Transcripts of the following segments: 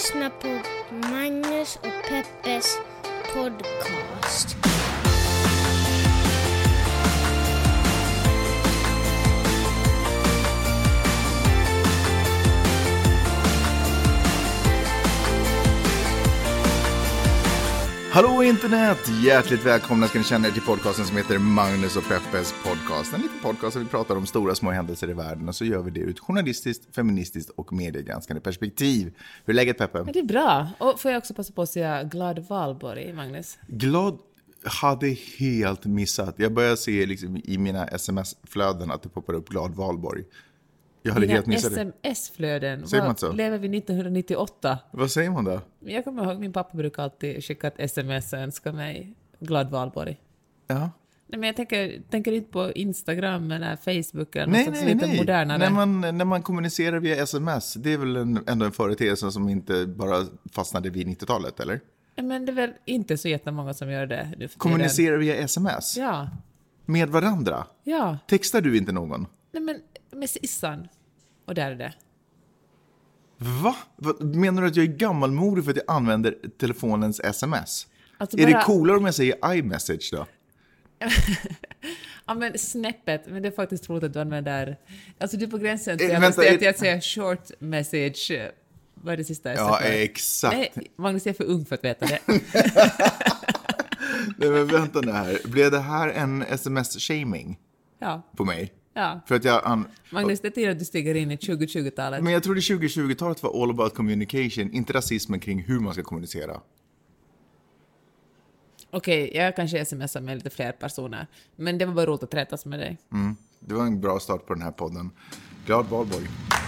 lyssnar på Magnus och Peppes podcast. Hallå internet! Hjärtligt välkomna ska ni känna er till podcasten som heter Magnus och Peppes podcast. En liten podcast där vi pratar om stora små händelser i världen och så gör vi det ur ett journalistiskt, feministiskt och mediegranskande perspektiv. Hur är läget, Peppe? Men det är bra. Och får jag också passa på att säga glad valborg, Magnus? Glad hade helt missat. Jag börjar se liksom i mina sms-flöden att det poppar upp glad valborg. Jag hade helt missat det. sms-flöden. Säger man så? Lever vi 1998? Vad säger man då? Jag kommer ihåg, min pappa brukar alltid skicka ett sms och önska mig glad valborg. Ja. Nej, men jag tänker inte på Instagram eller Facebook eller något sånt lite modernare. När man kommunicerar via sms, det är väl ändå en företeelse som inte bara fastnade vid 90-talet, eller? Men det är väl inte så jättemånga som gör det nu för kommunicerar via sms? Ja. Med varandra? Ja. Textar du inte någon? Nej, men med sissan. Och där är det. Va? Menar du att jag är gammalmodig för att jag använder telefonens sms? Alltså är det coolare om jag säger iMessage då? Ja, men snäppet. Men det är faktiskt roligt att du använder... Alltså du är på gränsen till att säga short message. Vad är det sista? Ja, exakt. Nej, Magnus är för ung för att veta det. Nej, men vänta nu här. Blev det här en sms-shaming? Ja. På mig? Ja. För att jag Magnus, det är tid att du stiger in i 2020-talet. Men jag trodde 2020-talet var all about communication, inte rasismen kring hur man ska kommunicera. Okej, jag kanske smsar med lite fler personer. Men det var bara roligt att trätas med dig. Det var en bra start på den här podden. Glad valborg.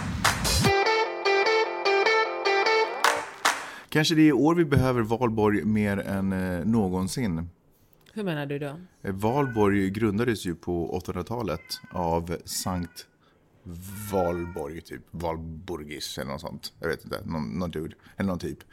Kanske det är i år vi behöver valborg mer än någonsin. Hur menar du då? Valborg grundades ju på 800-talet av Sankt Valborg, typ Valborgis eller något sånt. Jag vet inte, någon dude eller någon typ.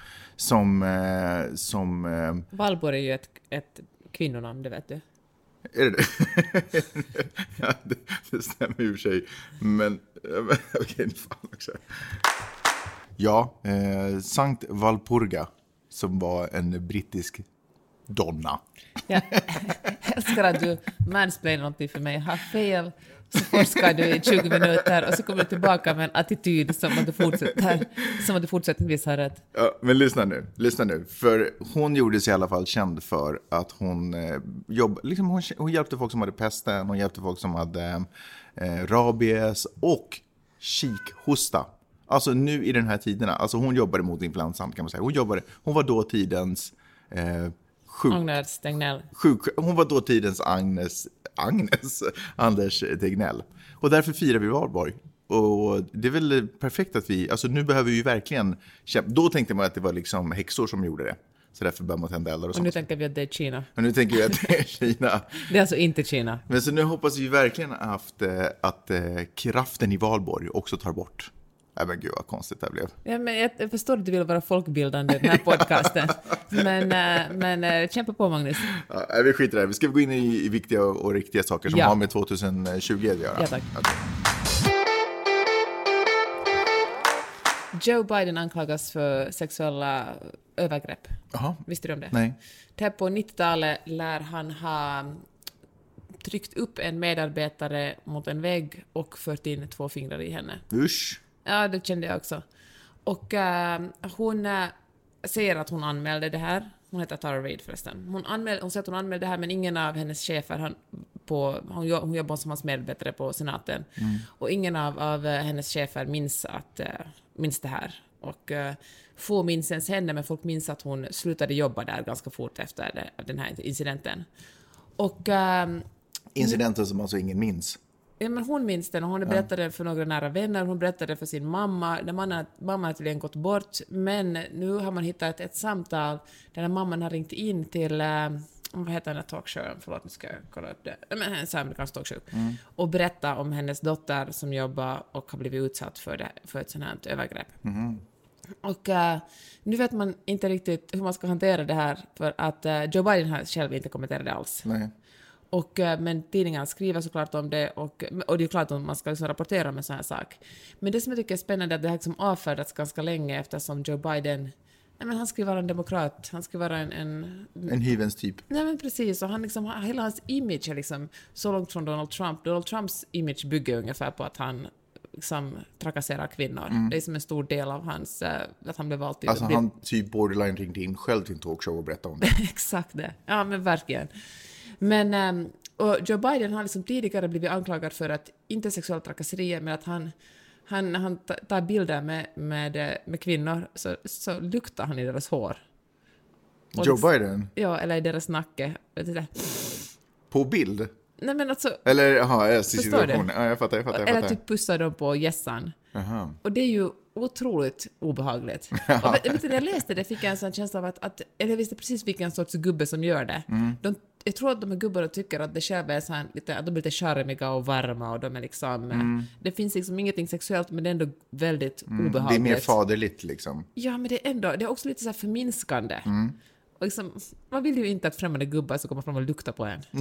Som Valborg är ju ett kvinnonamn, det vet du. Är det? Ja, det stämmer ju för sig. Men okej, fan också. Ja, Sankt Valpurga som var en brittisk donna. Jag älskar att du mansplainar någonting för mig. Har fel, så forskar du i 20 minuter och så kommer du tillbaka med en attityd som att du fortsättningsvis har rätt. Ja, men lyssna nu. För hon gjorde sig i alla fall känd för att hon hon hjälpte folk som hade pesten, hon hjälpte folk som hade rabies och kikhosta. Alltså nu i den här tiderna, alltså hon jobbade mot influensan kan man säga. Hon var då tidens Agnes Tegnell. Hon var då tidens Anders Tegnell. Och därför firar vi valborg. Och det är väl perfekt att nu behöver vi verkligen kämpa. Då tänkte man att det var liksom häxor som gjorde det. Så därför bör man tända eldar och sånt. Och nu tänker vi att det är Kina. Och nu tänker vi att det är Kina. Det är alltså inte Kina. Men så nu hoppas vi verkligen att kraften i valborg också tar bort. Nej, men gud vad konstigt det blev. Ja, men jag förstår att du vill vara folkbildande i den här podcasten. men kämpa på, Magnus. Ja, vi skiter där. Vi ska gå in i viktiga och riktiga saker som har med 2020 att göra. Ja, tack. Okay. Joe Biden anklagas för sexuella övergrepp. Aha. Visste du om det? Nej. Det här på 90-talet lär han ha tryckt upp en medarbetare mot en vägg och fört in 2 fingrar i henne. Usch. Ja, det kände jag också. Och hon säger att hon anmälde det här. Hon heter Tara Reid förresten. Hon säger att hon anmälde det här, men ingen av hennes chefer, hon jobbar som hans medarbetare på senaten. Och ingen av hennes chefer minns det här. Och få minns ens henne, men folk minns att hon slutade jobba där ganska fort efter den här incidenten. Och incidenten som alltså ingen minns. Ja, men hon minns den och hon berättade för några nära vänner. Hon berättade för sin mamma. Mamma har tydligen gått bort. Men nu har man hittat ett samtal där mamman har ringt in till vad heter den här talkshowen? Förlåt, nu ska jag kolla upp det. Men en amerikansk talkshow. Och berätta om hennes dotter som jobbar och har blivit utsatt för ett sånt här övergrepp. Och nu vet man inte riktigt hur man ska hantera det här, för att Joe Biden har själv inte kommenterat det alls. Nej. Men tidningarna skriver såklart om det och det är klart att man ska liksom rapportera om en sån här sak. Men det som jag tycker är spännande är att det har liksom avfärdats ganska länge eftersom Joe Biden, nej men han ska vara en demokrat, han ska vara en hyvens typ. Nej men precis, och han liksom, hela hans image är liksom så långt från Donald Trump. Donald Trumps image bygger ungefär på att han liksom trakasserar kvinnor. Det är som en stor del av hans, att han blev vald till... Alltså han typ borderline ringde in själv till en talkshow och berättade om det. Exakt det, ja men verkligen. Men, och Joe Biden har liksom tidigare blivit anklagad för att inte sexuella trakasserier, men att han tar bilder med kvinnor så luktar han i deras hår. Och Joe Biden? Ja, eller i deras nacke. På bild? Nej men alltså... Eller, jaha, förstår du? Ja, jag fattar. Eller typ pussar dem på gässan. Aha. Och det är ju otroligt obehagligt. Och vet du, när jag läste det fick jag en sån känsla av att eller jag visste precis vilken sorts gubbe som gör det. Jag tror att de här gubbarna tycker att det själva är så här, lite, att de är lite charmiga och varma och de är liksom... Det finns liksom ingenting sexuellt, men det är ändå väldigt obehagligt. Det är mer faderligt liksom. Ja, men det är också lite så här förminskande. Och liksom, man vill ju inte att främmande gubbar ska komma fram och lukta på en.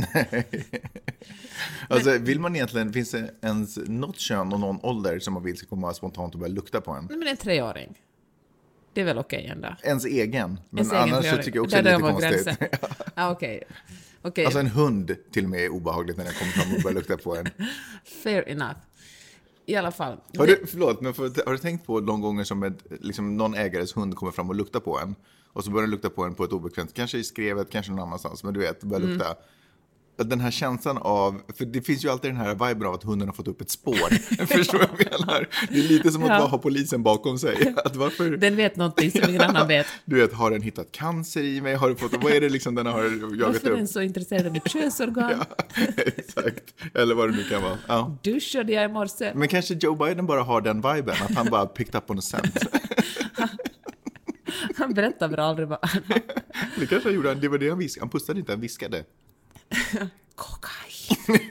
Alltså, vill man egentligen, finns det ens något kön och någon ålder som man vill ska komma spontant och börja lukta på en? Nej, men en 3-åring. Det är väl okej ändå. Ens egen. Men ens annars egen så tycker jag också det är lite konstigt. Ja, okej. Alltså en hund till och med är obehagligt när den kommer fram och börjar lukta på en. Fair enough. I alla fall. Har du tänkt på de gånger som liksom någon ägares hund kommer fram och luktar på en? Och så börjar den lukta på en på ett obekvämt, kanske i skrevet, kanske någon annanstans, men du vet, börjar lukta. Den här känslan av, för det finns ju alltid den här viben av att hunden har fått upp ett spår. Förstår du vad jag menar? Det är lite som att bara ha polisen bakom sig. Att varför... Den vet någonting som ingen annan vet. Du vet, har den hittat cancer i mig? Har du fått, vad är det liksom den har jagat upp? Varför är den så intresserad av mitt könsorgan? Ja, exakt. Eller vad det nu kan vara. Ja. Duschade jag i morse? Men kanske Joe Biden bara har den viben, att han bara picked up on a scent. Han berättar väl aldrig bara. Det kanske han gjorde, det var det han viskade. Han pustade inte, han viskade. Kokain.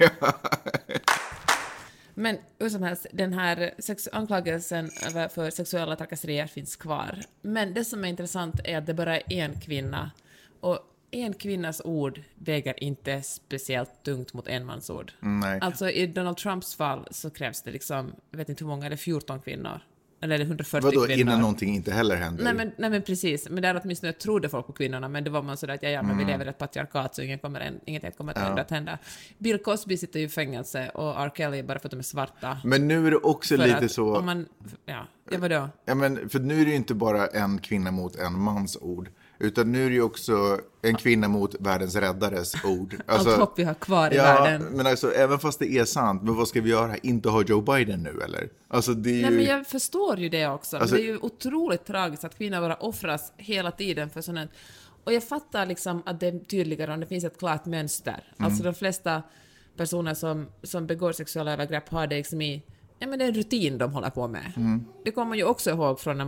Men hur som helst, den här anklagelsen för sexuella trakasserier finns kvar. Men det som är intressant är att det bara är en kvinna. Och en kvinnas ord väger inte speciellt tungt mot en mans ord. Nej. Alltså i Donald Trumps fall så krävs det liksom, jag vet inte hur många, eller 14 kvinnor. Eller 140 Vadå, kvinnor. innan någonting inte heller händer? Nej men precis. Men där åtminstone trodde folk på kvinnorna. Men det var man sådär att men vi lever i ett patriarkat så ingenting kommer att hända. Bill Cosby sitter ju i fängelse och R. Kelly bara för att de är svarta. Men nu är det också för lite att, så... Om man, vadå? Ja, men för nu är det ju inte bara en kvinna mot en mans ord. Utan nu är det ju också en kvinna mot världens räddares ord. Alltså, allt hopp vi har kvar i världen. Men alltså, även fast det är sant, men vad ska vi göra? Inte ha Joe Biden nu, eller? Alltså, det är ju... Nej, men jag förstår ju det också. Alltså... Men det är ju otroligt tragiskt att kvinnor bara offras hela tiden för sånt. Och jag fattar liksom att det är tydligare om det finns ett klart mönster. Alltså de flesta personer som begår sexuella övergrepp har det liksom i... Ja, men det är en rutin de håller på med. Det kommer man ju också ihåg från när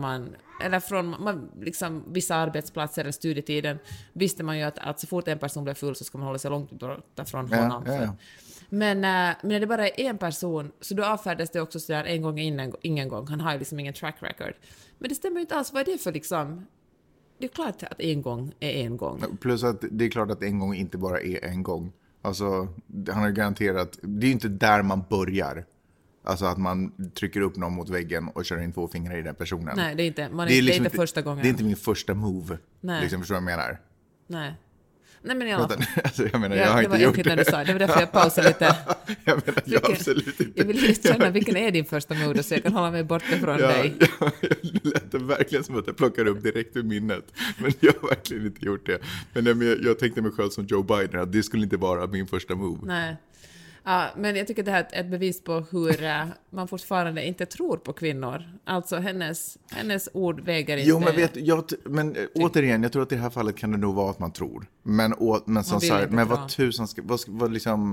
man liksom, vissa arbetsplatser eller studietiden visste man ju att så fort en person blev full så ska man hålla sig långt borta från honom. Ja. Men när det bara är en person så då avfärdas det också sådär en gång ingen gång. Han har ju liksom ingen track record. Men det stämmer ju inte alls. Vad är det för liksom... Det är klart att en gång är en gång. Plus att det är klart att en gång inte bara är en gång. Alltså, han har garanterat... Det är ju inte där man börjar. Alltså att man trycker upp någon mot väggen och kör in 2 fingrar i den personen. Nej, det är inte. Det är liksom inte första gången. Det är inte min första move. Nej. Liksom, förstår du vad jag menar? Nej, men i alla fall. Alltså, jag menar, jag har inte gjort det. Du sa. Det var därför jag pausade lite. Jag menar, jag absolut inte. Jag vill just känna vilken är din första mode så jag kan hålla mig borta från dig. Det lät verkligen som att jag plockar upp direkt ur minnet. Men jag har verkligen inte gjort det. Men jag tänkte mig själv som Joe Biden att det skulle inte vara min första move. Nej. Ja, men jag tycker det här är ett bevis på hur man fortfarande inte tror på kvinnor. Alltså hennes ord väger inte... Jo, men återigen, jag tror att i det här fallet kan det nog vara att man tror. Men som sagt, men vad tusan ska... Vad liksom...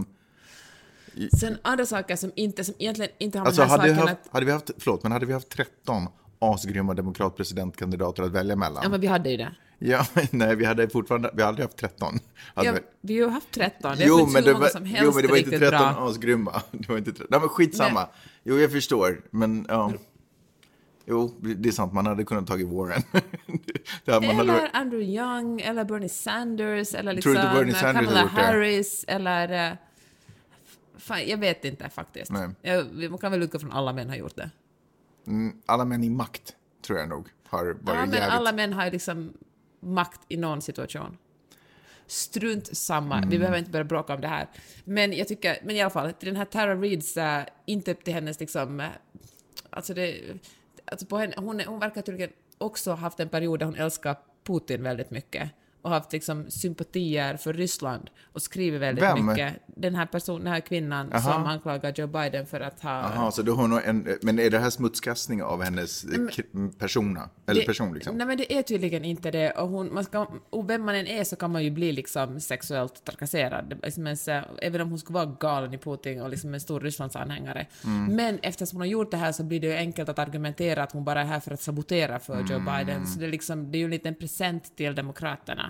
Sen andra saker som egentligen inte har med alltså, den här saken hade vi haft 13 asgrymma demokratpresidentkandidater att välja mellan? Ja, men vi hade ju det. Ja, nej, vi hade aldrig haft 13. Vi har ju haft 13. Det är men det var inte 13 asgrymma. Det var inte 13. Nej, men skitsamma. Jo, jag förstår. Men ja. Jo, det är sant. Man hade kunnat tagit Warren. Eller Andrew Young, eller Bernie Sanders, eller liksom Tror du inte Bernie Sanders Kamala har gjort det? Harris, eller... Fan, jag vet inte faktiskt. Man kan väl utgå från alla män har gjort det. Alla män i makt, tror jag nog, har varit jävligt... Alla män har ju liksom makt i någon situation. Strunt samma. Vi behöver inte börja bråka om det här. Men jag tycker, men i alla fall, till den här Tara Reads, inte till hennes liksom... Alltså på henne, hon verkar tydligen också haft en period där hon älskar Putin väldigt mycket och haft liksom sympatier för Ryssland och skriver väldigt mycket. Den här kvinnan som anklagar Joe Biden för att ha... Jaha, så då har hon men är det här smutskastning av hennes persona? Eller person liksom? Nej, men det är tydligen inte det. Och vem man än är så kan man ju bli liksom sexuellt trakasserad. Även om hon skulle vara galen i Putin och liksom en stor Rysslandsanhängare. Men eftersom hon har gjort det här så blir det ju enkelt att argumentera att hon bara är här för att sabotera för Joe Biden. Så det är ju en liten present till demokraterna.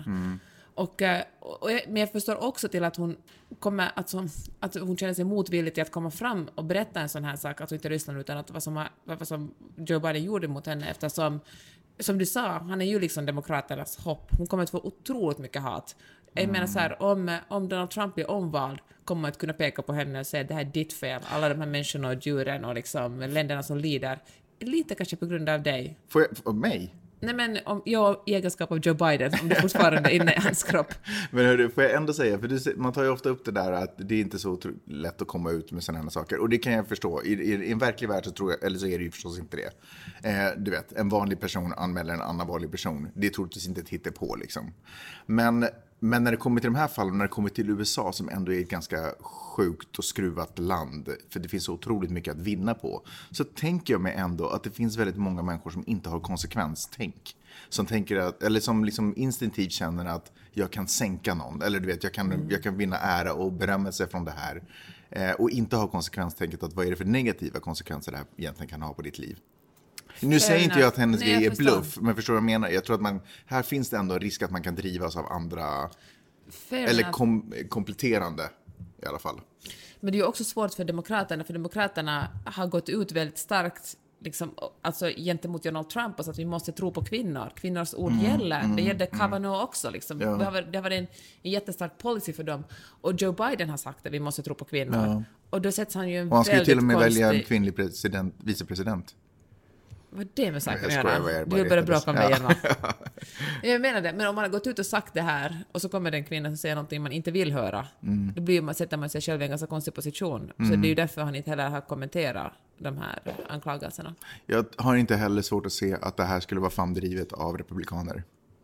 Men jag förstår också till att hon kommer att hon känner sig motvillig till att komma fram och berätta en sån här sak, att hon inte lyssnar, utan att vad som Joe Biden gjorde mot henne, eftersom, som du sa, han är ju liksom demokraternas hopp. Hon kommer att få otroligt mycket hat. Jag menar så här, om Donald Trump blir omvald kommer man att kunna peka på henne och säga det här är ditt fel. Alla de här människorna och djuren och liksom länderna som lider, lite kanske på grund av dig. För mig? Nej, men om jag i egenskap av Joe Biden, om det fortfarande är inne i hans kropp. Men hörru, får jag ändå säga, för man tar ju ofta upp det där att det är inte så lätt att komma ut med sådana här saker. Och det kan jag förstå. I en verklig värld så tror jag, eller så är det ju förstås inte det. Du vet, en vanlig person anmäler en annan vanlig person. Det är troligtvis inte ett hittepå liksom. Men när det kommer till de här fallen, när det kommer till USA som ändå är ett ganska sjukt och skruvat land, för det finns så otroligt mycket att vinna på, så tänker jag mig ändå att det finns väldigt många människor som inte har konsekvenstänk. Som tänker att, eller som liksom instinktivt känner att jag kan sänka någon, eller du vet, jag kan vinna ära och berömmelse från det här. Och inte ha konsekvenstänket att vad är det för negativa konsekvenser det här egentligen kan ha på ditt liv. Nu säger inte jag att hennes grej är bluff, men förstår vad jag menar? Jag tror att här finns det ändå en risk att man kan drivas av andra, eller kompletterande i alla fall. Men det är ju också svårt för demokraterna har gått ut väldigt starkt liksom, alltså gentemot Donald Trump, och så att vi måste tro på kvinnor. Kvinnors ord gäller. Det gällde Kavanaugh också. Liksom. Ja. Det var en jättestark policy för dem. Och Joe Biden har sagt att vi måste tro på kvinnor. Ja. Och då sätts han ju en väldigt konstig... Han ska ju till och med välja en kvinnlig vicepresident. Vad det med saker att göra? Du vill börja bråka om det igen, va? Jag menar det, men om man har gått ut och sagt det här och så kommer det en kvinna som säger någonting man inte vill höra, då sätter man sig själv i en ganska konstig position. Så det är ju därför han inte heller har kommenterat de här anklagelserna. Jag har inte heller svårt att se att det här skulle vara framdrivet av republikaner.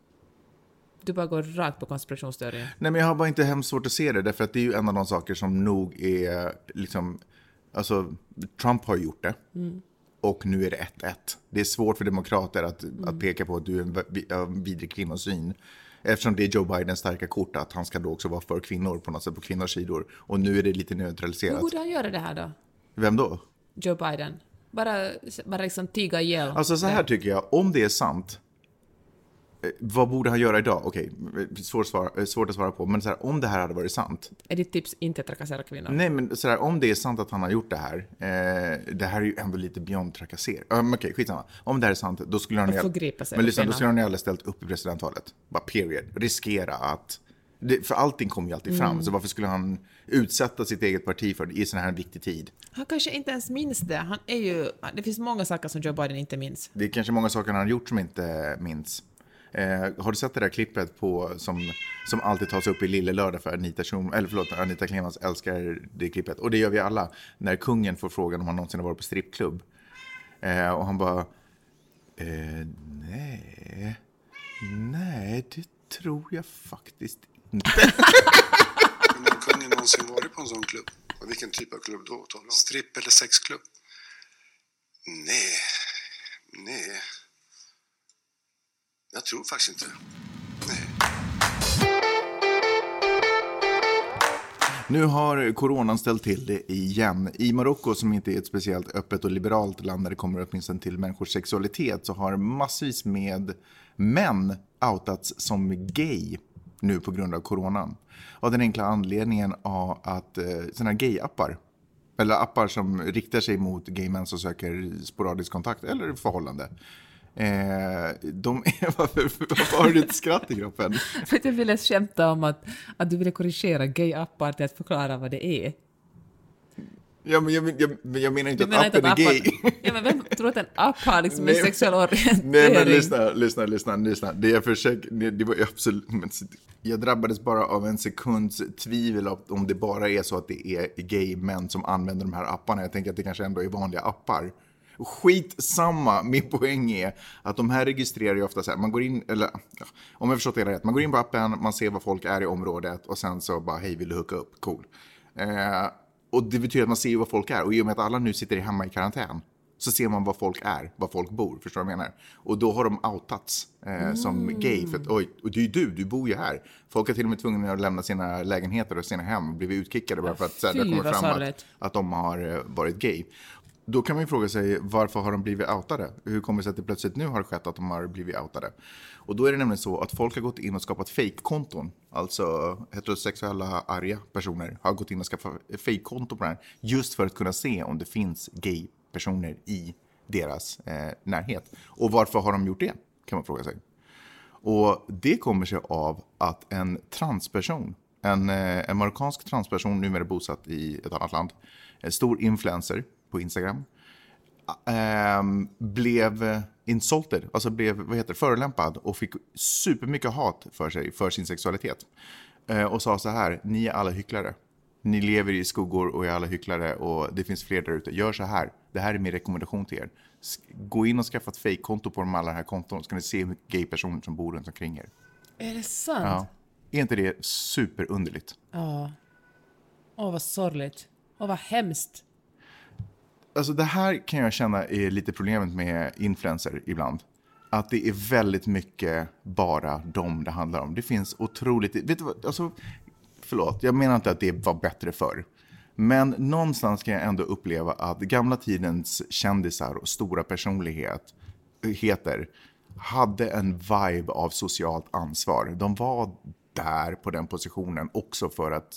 Du bara går rakt på konspirationsteorin. Nej, men jag har bara inte hemskt svårt att se det, därför att det är ju en av de saker som nog är liksom, alltså Trump har gjort det. Och nu är det 1-1. Det är svårt för demokrater att peka på att du är en vidrig kvinnosyn. Eftersom det är Joe Bidens starka kort att han ska då också vara för kvinnor på något sätt, på kvinnors sidor. Och nu är det lite neutraliserat. Hur borde han göra det här då? Vem då? Joe Biden. Bara liksom tiga ihjäl. Alltså så här tycker jag, om det är sant, vad borde han göra idag? Okej, svårt att svara på. Men så här, om det här hade varit sant... Är ditt tips inte trakassera kvinnor? Nej, men så här, om det är sant att han har gjort det här... det här är ju ändå lite beyond trakassera. Okej, skitsamma. Om det här är sant, då skulle han... Men lyssna, då skulle han ju aldrig ställt upp i presidentvalet. Bara period. Riskera att... för allting kommer ju alltid fram. Så varför skulle han utsätta sitt eget parti för det i sån här viktig tid? Han kanske inte ens minns det. Han är ju... Det finns många saker som Joe Biden inte minns. Det är kanske många saker han har gjort som inte minns. Har du sett det där klippet som alltid tas upp i Lille Lördag för Anita Clemens älskar det klippet. Och det gör vi alla. När kungen får frågan om han någonsin har varit på strippklubb. Och han bara... Nej, det tror jag faktiskt inte. Men har kungen någonsin varit på en sån klubb? Och vilken typ av klubb då? Stripp- eller sexklubb? Nej. Jag tror faktiskt inte. Nej. Nu har coronan ställt till det igen. I Marocko, som inte är ett speciellt öppet och liberalt land när det kommer åtminstone till människors sexualitet, så har massvis med män outats som gay nu på grund av coronan. Av den enkla anledningen av att sådana här gay-appar Eller appar som riktar sig mot gay män som söker sporadisk kontakt eller förhållande. Varför har du ett skratt i kroppen? För att jag ville skämta om att du ville korrigera gay-appar till att förklara vad det är. Ja, men jag menar inte att appen är gay. Ja, men vem tror att en app har liksom en sexuell orientering? Nej, men lyssna. Det jag försöker, det var absolut, men jag drabbades bara av en sekunds tvivel om det bara är så att det är gay män som använder de här apparna. Jag tänker att det kanske ändå är vanliga appar. Skitsamma, min poäng är att de här registrerar ju ofta så här, man går in, eller om jag förstått det rätt, man går in på appen, man ser vad folk är i området och sen så bara, hej, vill du hooka upp? Cool. Och det betyder att man ser vad folk är. Och i och med att alla nu sitter hemma i karantän så ser man vad folk är, vad folk bor. Förstår du vad jag menar? Och då har de outats som gay. För att, oj, och det är ju du bor ju här. Folk är till och med tvungna att lämna sina lägenheter och sina hem och blivit utkickade bara för att så här, det kommer fram att de har varit gay. Då kan man ju fråga sig, varför har de blivit outade? Hur kommer det sig att det plötsligt nu har skett att de har blivit outade? Och då är det nämligen så att folk har gått in och skapat fake-konton. Alltså heterosexuella arga personer har gått in och skaffat fake-konton på det här. Just för att kunna se om det finns gay-personer i deras närhet. Och varför har de gjort det? Kan man fråga sig. Och det kommer sig av att en transperson, en marockansk transperson numera bosatt i ett annat land, en stor influencer på Instagram, blev insulted, alltså blev förolämpad och fick supermycket hat för sig, för sin sexualitet. Och sa så här, ni är alla hycklare. Ni lever i skuggor och är alla hycklare och det finns fler där ute. Gör så här, det här är min rekommendation till er. Gå in och skaffa ett fake-konto på alla de här konton så kan ni se hur mycket gay-personer som bor runt omkring er. Är det sant? Ja. Är inte det superunderligt? Ja. Vad sorgligt. Vad hemskt. Alltså det här kan jag känna är lite problemet med influencer ibland. Att det är väldigt mycket bara dem det handlar om. Det finns otroligt... Vet du vad? Alltså, förlåt, jag menar inte att det var bättre förr. Men någonstans kan jag ändå uppleva att gamla tidens kändisar och stora personligheter hade en vibe av socialt ansvar. De var där på den positionen också för att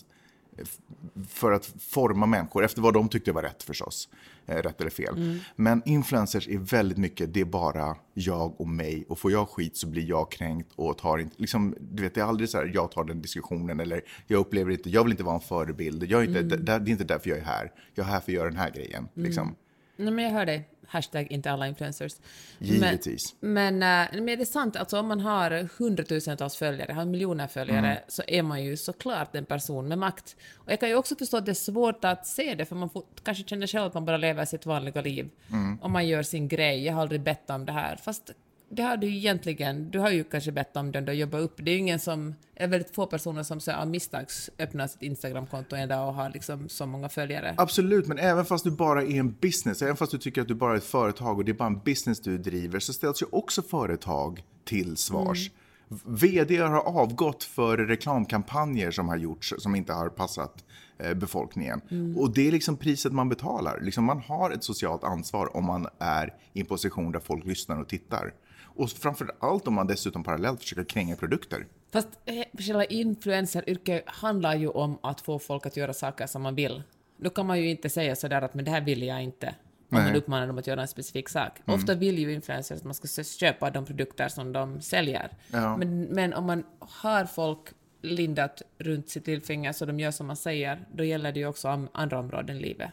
forma människor efter vad de tyckte var rätt förstås. Rätt eller fel. Men influencers är väldigt mycket, det är bara jag och mig. Och får jag skit så blir jag kränkt och tar inte, liksom, du vet, det är aldrig så här, jag tar den diskussionen eller jag upplever inte, jag vill inte vara en förebild. Jag är inte, det är inte därför jag är här. Jag är här för att göra den här grejen. Liksom. Nej, men jag hör dig. Hashtag inte alla influencers. Givetvis. Men är det sant, alltså om man har 100,000-tals följare, har miljoner följare, så är man ju såklart en person med makt. Och jag kan ju också förstå att det är svårt att se det, för man kanske känner själv att man bara lever sitt vanliga liv. Om man gör sin grej, jag har aldrig bett om det här. Fast det har du egentligen, du har ju kanske bett om den du jobbar upp. Det är ju ingen som, är väldigt få personer som så av misstags öppnar sitt Instagram-konto en dag och har liksom så många följare. Absolut, men även fast du bara är en business, även fast du tycker att du bara är ett företag och det är bara en business du driver, så ställs ju också företag till svars. VD har avgått för reklamkampanjer som har gjorts som inte har passat befolkningen. Och det är liksom priset man betalar. Liksom man har ett socialt ansvar om man är i en position där folk lyssnar och tittar. Och framförallt om man dessutom parallellt försöker kränga produkter. Fast själva influenceryrket handlar ju om att få folk att göra saker som man vill. Då kan man ju inte säga sådär att men det här vill jag inte. Om man uppmanar dem att göra en specifik sak. Ofta vill ju influencers att man ska köpa de produkter som de säljer. Ja. Men om man har folk lindat runt sitt lillfinger så de gör som man säger, då gäller det ju också andra områden i livet.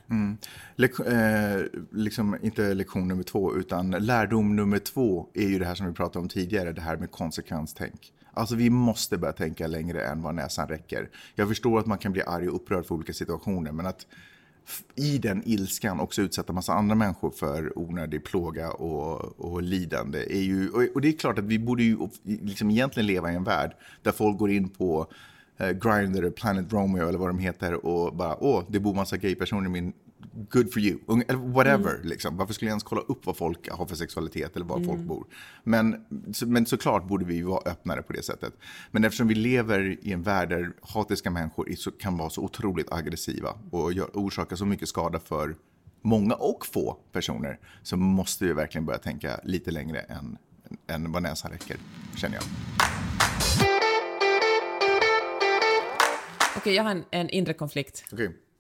Liksom inte lektion nummer 2 utan lärdom nummer 2 är ju det här som vi pratade om tidigare, det här med konsekvenstänk. Alltså vi måste börja tänka längre än vad näsan räcker. Jag förstår att man kan bli arg och upprörd för olika situationer, men att i den ilskan också utsätta massa andra människor för onödig plåga och lidande är ju, och det är klart att vi borde ju liksom egentligen leva i en värld där folk går in på Grindr, Planet Romeo eller vad de heter och bara, det bor massa gaypersoner i min good for you, eller whatever liksom. Varför skulle jag ens kolla upp vad folk har för sexualitet eller var folk bor? Men såklart borde vi vara öppnare på det sättet. Men eftersom vi lever i en värld där hatiska människor kan vara så otroligt aggressiva och orsaka så mycket skada för många och få personer, så måste vi verkligen börja tänka lite längre än vad näsan räcker, känner jag. Okej, jag har en inre konflikt. Okej.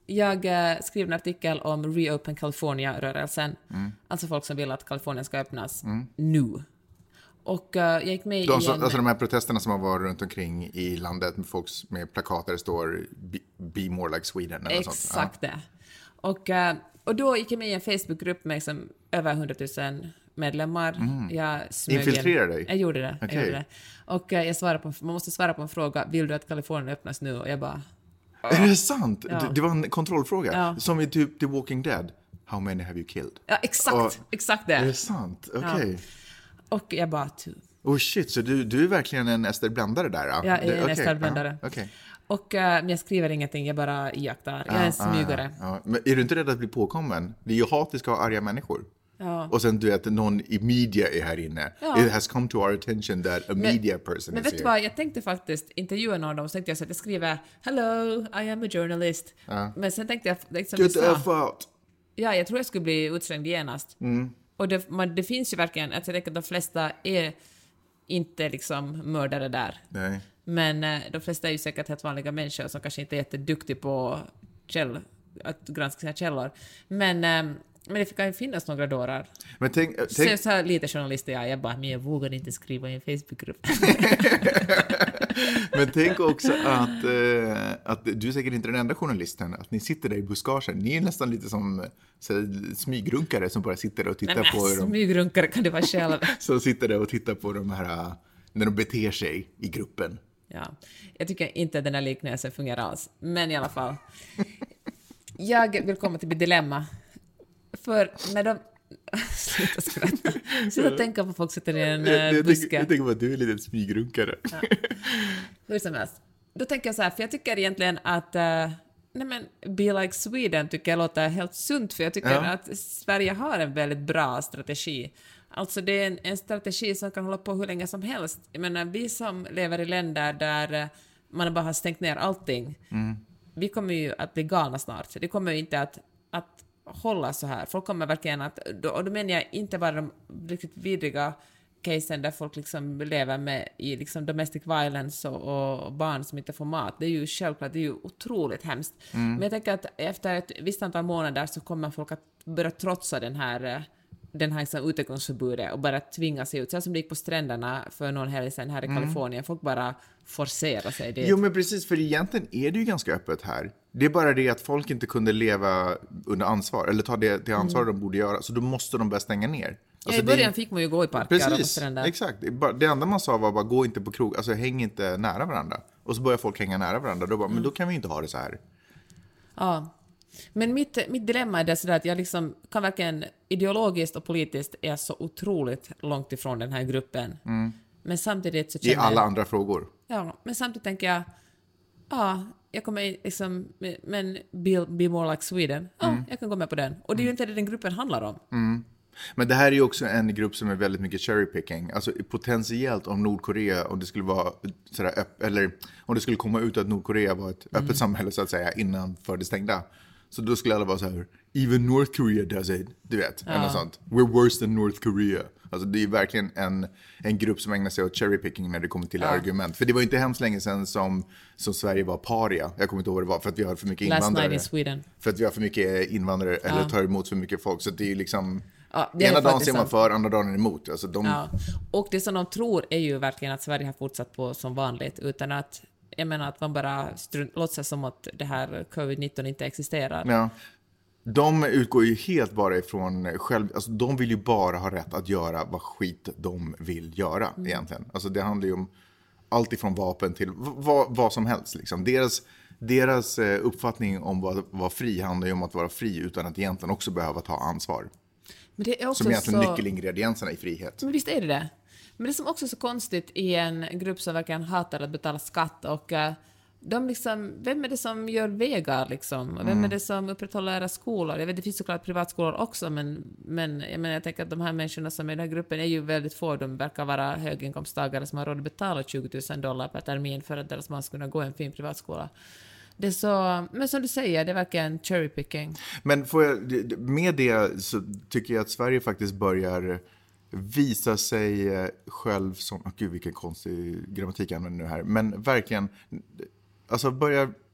Jag skrev en artikel om Reopen California-rörelsen. Alltså folk som vill att Kalifornien ska öppnas nu. Och jag gick med Alltså de här protesterna som har varit runt omkring i landet med folk med plakat där det står Be more like Sweden. Eller exakt det. Och då gick jag med i en Facebookgrupp med liksom över 100 000 medlemmar. Jag infiltrerade dig? Jag gjorde det. Okay. Jag gjorde det. Och jag svarade man måste svara på en fråga. Vill du att Kalifornien öppnas nu? Och jag bara... Är det sant? Ja. Det var en kontrollfråga. Ja. Som i typ The Walking Dead. How many have you killed? Ja, exakt det. Är det sant? Okej. Okay. Och jag bara... Oh shit, så du är verkligen en Ester Bländare där? Ja, jag är en Ester Bländare. Okay. Och jag skriver ingenting, jag bara iakttar. Jag är en smygare. Men är du inte rädd att bli påkommen? Det är ju hatiska och arga människor. Ja. Och sen du vet, någon i media är här inne. Ja. It has come to our attention that a media person is here. Men vet du vad, jag tänkte faktiskt intervjua någon av dem, så tänkte jag så att jag skriver hello, I am a journalist. Ja. Men sen tänkte jag... Liksom, get the F out! Ja, jag tror jag skulle bli utslängd genast. Och det finns ju verkligen, jag tänker att de flesta är inte liksom mördare där. Nej. Men de flesta är ju säkert helt vanliga människor som kanske inte är jätteduktiga på att granska sina källor. Men det kan ju finnas några dårar. Men tänk... Så här lite journalister jag bara, men jag vågar inte skriva i en Facebookgrupp. Men tänk också att du är säkert inte den enda journalisten. Att ni sitter där i buskagen. Ni är nästan lite som smygrunkare som bara sitter och tittar på... Smygrunkare kan det vara själv. Som sitter där och tittar på de här... När de beter sig i gruppen. Ja, jag tycker inte att den här liknelsen fungerar alls. Men i alla fall. Jag vill komma till mitt dilemma. För när de... Sluta skratta. Sluta tänka på folk som sitter i en buske. Jag tänker på att du är lite smygrunkare. Ja. Hur som helst. Då tänker jag så här, för jag tycker egentligen att... Be like Sweden tycker jag låter helt sunt. För jag tycker att Sverige har en väldigt bra strategi. Alltså det är en strategi som kan hålla på hur länge som helst. Jag menar, vi som lever i länder där man bara har stängt ner allting. Vi kommer ju att bli galna snart. Det kommer ju inte att hålla så här. Folk kommer verkligen att... Och då menar jag inte bara de riktigt vidriga casen där folk liksom lever med i liksom domestic violence och barn som inte får mat. Det är ju självklart, det är ju otroligt hemskt. Men jag tänker att efter ett visst antal månader så kommer folk att börja trotsa den här liksom utegångsförbudet och bara tvinga sig ut. Så som det gick på stränderna för någon helg sedan här i Kalifornien. Folk bara forcerar sig dit. Jo, men precis, för egentligen är det ju ganska öppet här. Det är bara det att folk inte kunde leva under ansvar, eller ta det ansvar de borde göra. Så då måste de börja stänga ner. Alltså, I början fick man ju gå i parker och på stränder. Exakt. Det enda man sa var bara gå inte på krog, alltså häng inte nära varandra. Och så börjar folk hänga nära varandra. Då bara, men då kan vi inte ha det så här. Ja. Men mitt dilemma är det sådär att jag liksom kan verkligen ideologiskt och politiskt är så otroligt långt ifrån den här gruppen. Men samtidigt så känner i alla andra frågor. Ja, men samtidigt tänker jag jag kommer liksom, men be more like Sweden. Jag kan gå med på den. Och det är ju inte det den gruppen handlar om. Men det här är ju också en grupp som är väldigt mycket cherry picking. Alltså potentiellt om Nordkorea, om det skulle vara sådär eller om det skulle komma ut att Nordkorea var ett öppet samhälle så att säga innan för det stängda. Så då skulle alla vara så här, even North Korea does it, du vet, eller sånt. We're worse than North Korea. Alltså det är verkligen en grupp som ägnar sig åt cherry picking när det kommer till argument. För det var inte hemskt länge sedan som Sverige var paria. Jag kommer inte ihåg vad det var, för att vi har för mycket invandrare. Last night in Sweden. För att vi har för mycket invandrare, eller tar emot för mycket folk. Så det är ju liksom, det är ena dagen ser man för, andra dagen är emot. Alltså Och det som de tror är ju verkligen att Sverige har fortsatt på som vanligt, utan att jag menar att man bara låtsas som att det här covid-19 inte existerar. Ja. De utgår ju helt bara ifrån själv, alltså de vill ju bara ha rätt att göra vad skit de vill göra egentligen. Alltså det handlar ju om allt ifrån vapen till vad som helst liksom. Deras uppfattning om vad vara fri handlar ju om att vara fri utan att egentligen också behöva ta ansvar. Men det är också som egentligen nyckelingredienserna i frihet. Men visst är det. Men det som också är så konstigt i en grupp som verkligen hatar att betala skatt och de liksom, vem är det som gör vägar liksom? Och vem är det som upprätthåller era skolor? Jag vet, det finns såklart privatskolor också, men jag tänker att de här människorna som är i den här gruppen är ju väldigt få. De verkar vara höginkomsttagare som har råd att betala $20,000 per termin för att deras man ska kunna gå i en fin privatskola. Det är så, men som du säger, det är verkligen cherry picking. Men med det så tycker jag att Sverige faktiskt börjar visa sig själv som, gud vilken konstig grammatik jag använder nu här, men verkligen alltså börjar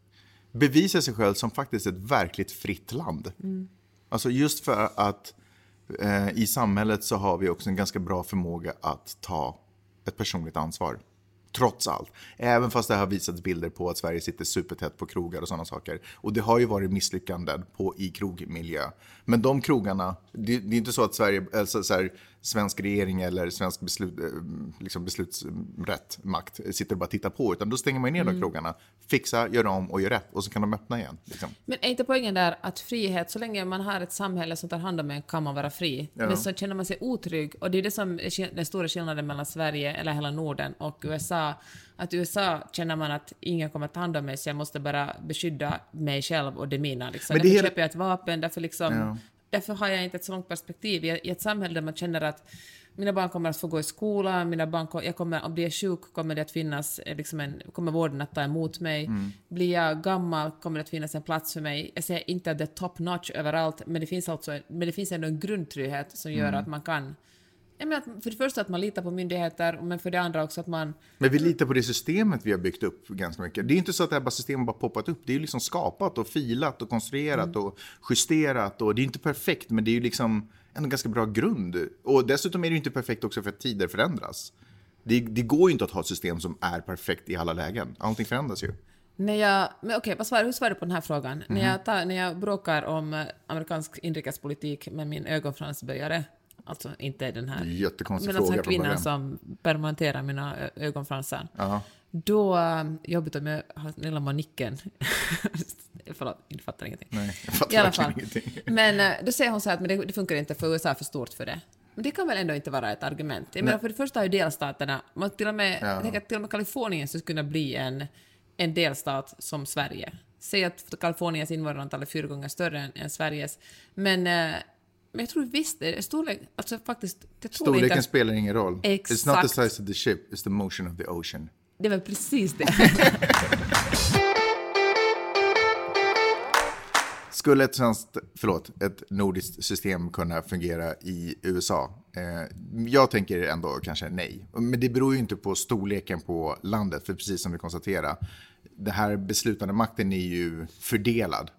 bevisa sig själv som faktiskt ett verkligt fritt land. Alltså just för att i samhället så har vi också en ganska bra förmåga att ta ett personligt ansvar. Trots allt. Även fast det har visats bilder på att Sverige sitter supertätt på krogar och sådana saker. Och det har ju varit misslyckanden i krogmiljö. Men de krogarna, det är inte så att Sverige, alltså så här, svensk regering eller svensk beslutsrätt makt sitter och bara tittar på. Utan då stänger man ner de krogarna. Fixa, gör om och gör rätt. Och så kan de öppna igen. Liksom. Men är inte poängen där att frihet, så länge man har ett samhälle som tar hand om en kan man vara fri. Ja. Men så känner man sig otrygg. Och det är det som är den stora skillnaden mellan Sverige eller hela Norden och USA. Att i USA känner man att ingen kommer att ta hand om mig, så jag måste bara beskydda mig själv och det mina. Liksom. Men det därför köper jag ett vapen, därför har jag inte ett så långt perspektiv. I ett samhälle där man känner att mina barn kommer att få gå i skolan, jag kommer, om det är sjuk kommer det att finnas kommer vården att ta emot mig. Blir jag gammal kommer det att finnas en plats för mig. Jag säger inte att det är top notch överallt, men det finns ändå en grundtrygghet som gör att man kan. Jag menar, för det första att man litar på myndigheter, men för det andra också att man... Men vi litar på det systemet vi har byggt upp ganska mycket. Det är inte så att det här systemet bara poppat upp. Det är ju liksom skapat och filat och konstruerat och justerat. Och det är inte perfekt, men det är ju liksom en ganska bra grund. Och dessutom är det ju inte perfekt också för att tider förändras. Det går ju inte att ha ett system som är perfekt i alla lägen. Allting förändras ju. Hur svarar du på den här frågan? När jag bråkar om amerikansk inrikespolitik med min ögonfransböjare, alltså inte den här, jättekonstig men fråga alltså kvinnan som permanenterar mina ögonfransar. Då jobbigt om jag har lilla manicken. Förlåt, jag fattar ingenting. Nej, jag fattar i alla fall ingenting. Men då säger hon så här att men det funkar inte för USA är för stort för det. Men det kan väl ändå inte vara ett argument. Jag menar, för det första har ju delstaterna, jag tänker att till och med Kalifornien skulle kunna bli en delstat som Sverige. Säg att Kaliforniens invånarantal är 4 gånger större än Sveriges. Men jag tror visst det är storlek, alltså faktiskt storleken inte spelar ingen roll. Exakt. It's not the size of the ship, it's the motion of the ocean. Det var precis det. Skulle ett nordiskt system kunna fungera i USA? Jag tänker ändå kanske nej. Men det beror ju inte på storleken på landet, för precis som vi konstaterar, det här beslutande makten är ju fördelad.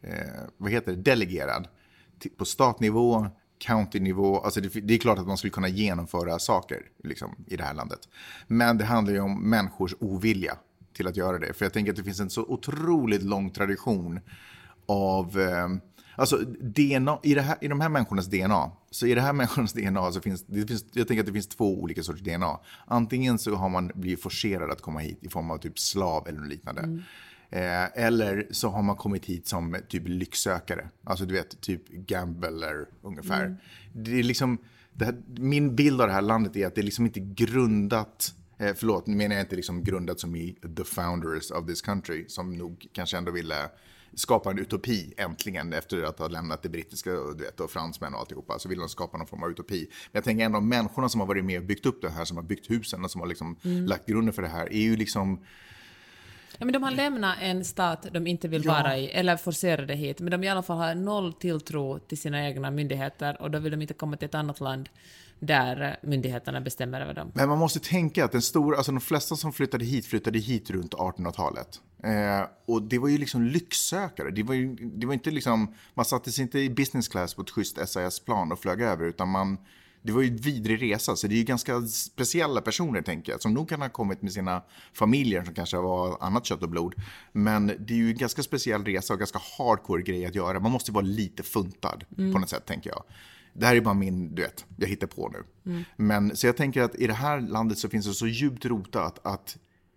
Delegerad. På statnivå, county-nivå. Alltså det är klart att man skulle kunna genomföra saker liksom, i det här landet. Men det handlar ju om människors ovilja till att göra det. För jag tänker att det finns en så otroligt lång tradition av... alltså DNA, i de här människornas DNA. Så i det här människornas DNA så finns jag tänker att det finns 2 olika sorters DNA. Antingen så har man blivit forcerad att komma hit i form av typ slav eller liknande. Eller så har man kommit hit som typ lycksökare. Alltså du vet, typ gambler ungefär. Det är liksom, min bild av det här landet är att det är liksom inte grundat... nu menar jag inte liksom grundat som i the founders of this country, som nog kanske ändå ville skapa en utopi äntligen efter att ha lämnat det brittiska och fransmän och alltihopa. Så vill de skapa någon form av utopi. Men jag tänker ändå människorna som har varit med och byggt upp det här, som har byggt husen och som har liksom lagt grunden för det här, är ju liksom... Ja, men de har lämnat en stat de inte vill vara i, eller forcerade hit, men de i alla fall har 0 tilltro till sina egna myndigheter, och då vill de inte komma till ett annat land där myndigheterna bestämmer över dem. Men man måste tänka att de flesta som flyttade hit runt 1800-talet. Och det var ju liksom lycksökare. Det var inte liksom, man satte sig inte i business class på ett schysst SAS-plan och flög över, utan det var ju en vidrig resa, så det är ju ganska speciella personer, tänker jag, som nog kan ha kommit med sina familjer som kanske var annat kött och blod. Men det är ju en ganska speciell resa och ganska hardcore grej att göra. Man måste vara lite funtad på något sätt, tänker jag. Det här är bara jag hittar på nu. Men så jag tänker att i det här landet så finns det så djupt rotat att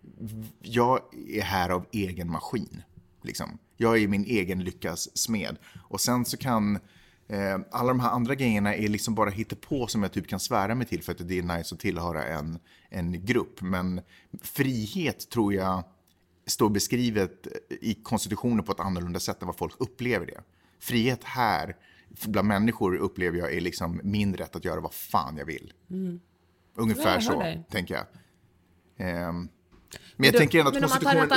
jag är här av egen maskin. Liksom. Jag är min egen lyckas smed. Och sen så kan... alla de här andra grejerna är liksom bara hittepå som jag typ kan svära mig till för att det är nice att tillhöra en grupp. Men frihet tror jag står beskrivet i konstitutionen på ett annorlunda sätt än vad folk upplever det. Frihet här bland människor upplever jag är liksom min rätt att göra vad fan jag vill. Ungefär så, tänker jag. Men jag tänker ändå att konstitutionen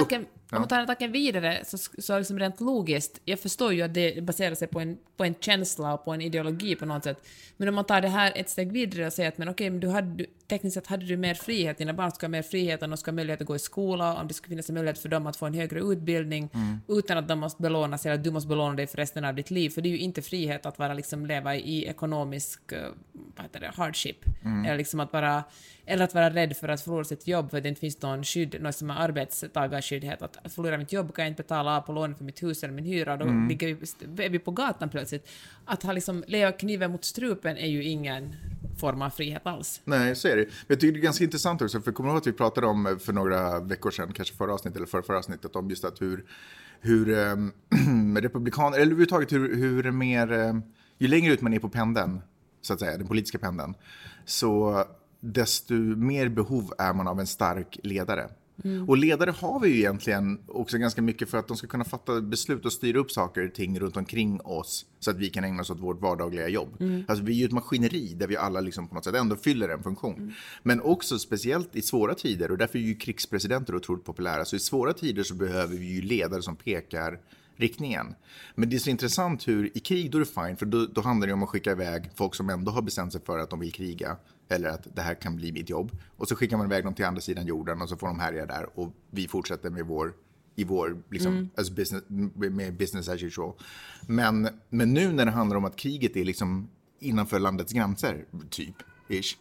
Om man tar attacken vidare så liksom rent logiskt, jag förstår ju att det baserar sig på en känsla och på en ideologi på något sätt. Men om man tar det här ett steg vidare och säger att men okej, men tekniskt sett hade du mer frihet, dina barn ska ha mer frihet och de ska ha möjlighet att gå i skola, om det ska finnas en möjlighet för dem att få en högre utbildning utan att de måste belåna sig eller att du måste belåna dig för resten av ditt liv. För det är ju inte frihet att vara liksom leva i ekonomisk hardship. Eller liksom att vara rädd för att förlora sitt jobb för att det inte finns någon skydd, någon som är arbetstagarskyddhet. Att förlora mitt jobb kan jag inte betala av på lånen för mitt hus eller min hyra, och då är vi på gatan plötsligt. Att ha liksom leva kniven mot strupen är ju ingen form av frihet alls. Nej, så är det. Jag tycker det är ganska intressant också, för kommer du ihåg att vi pratade om för några veckor sedan, kanske förra avsnittet eller förra avsnittet, om just att hur republikaner, eller överhuvudtaget hur mer, ju längre ut man är på pendeln, så att säga, den politiska pendeln, så desto mer behov är man av en stark ledare. Och ledare har vi ju egentligen också ganska mycket för att de ska kunna fatta beslut och styra upp saker och ting runt omkring oss så att vi kan ägna oss åt vårt vardagliga jobb. Alltså vi är ju ett maskineri där vi alla liksom på något sätt ändå fyller en funktion. Men också speciellt i svåra tider, och därför är ju krigspresidenter otroligt populära, så i svåra tider så behöver vi ju ledare som pekar riktningen. Men det är så intressant hur i krig då är det fine, för då handlar det om att skicka iväg folk som ändå har bestämt sig för att de vill kriga, eller att det här kan bli mitt jobb. Och så skickar man iväg dem till andra sidan jorden och så får de härja där och vi fortsätter med vår liksom, med business as usual. Men nu när det handlar om att kriget är liksom innanför landets gränser, typ, ish,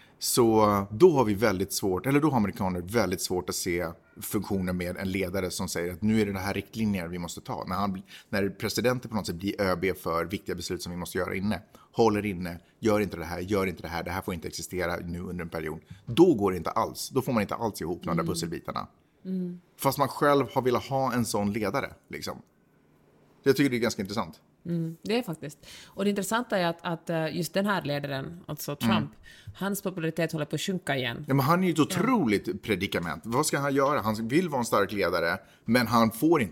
så då har vi väldigt svårt, eller då har amerikaner väldigt svårt att se funktionen med en ledare som säger att nu är det här riktlinjer vi måste ta. När presidenten på något sätt blir ÖB för viktiga beslut som vi måste göra inne, håller inne, gör inte det här, det här får inte existera nu under en period. Då går det inte alls, då får man inte alls ihop de där pusselbitarna. Fast man själv har velat ha en sån ledare, liksom. Jag tycker det är ganska intressant. Det är faktiskt. Och det intressanta är att just den här ledaren, alltså Trump, hans popularitet håller på att sjunka igen. Ja, men han är ju ett otroligt predikament. Vad ska han göra? Han vill vara en stark ledare, men han får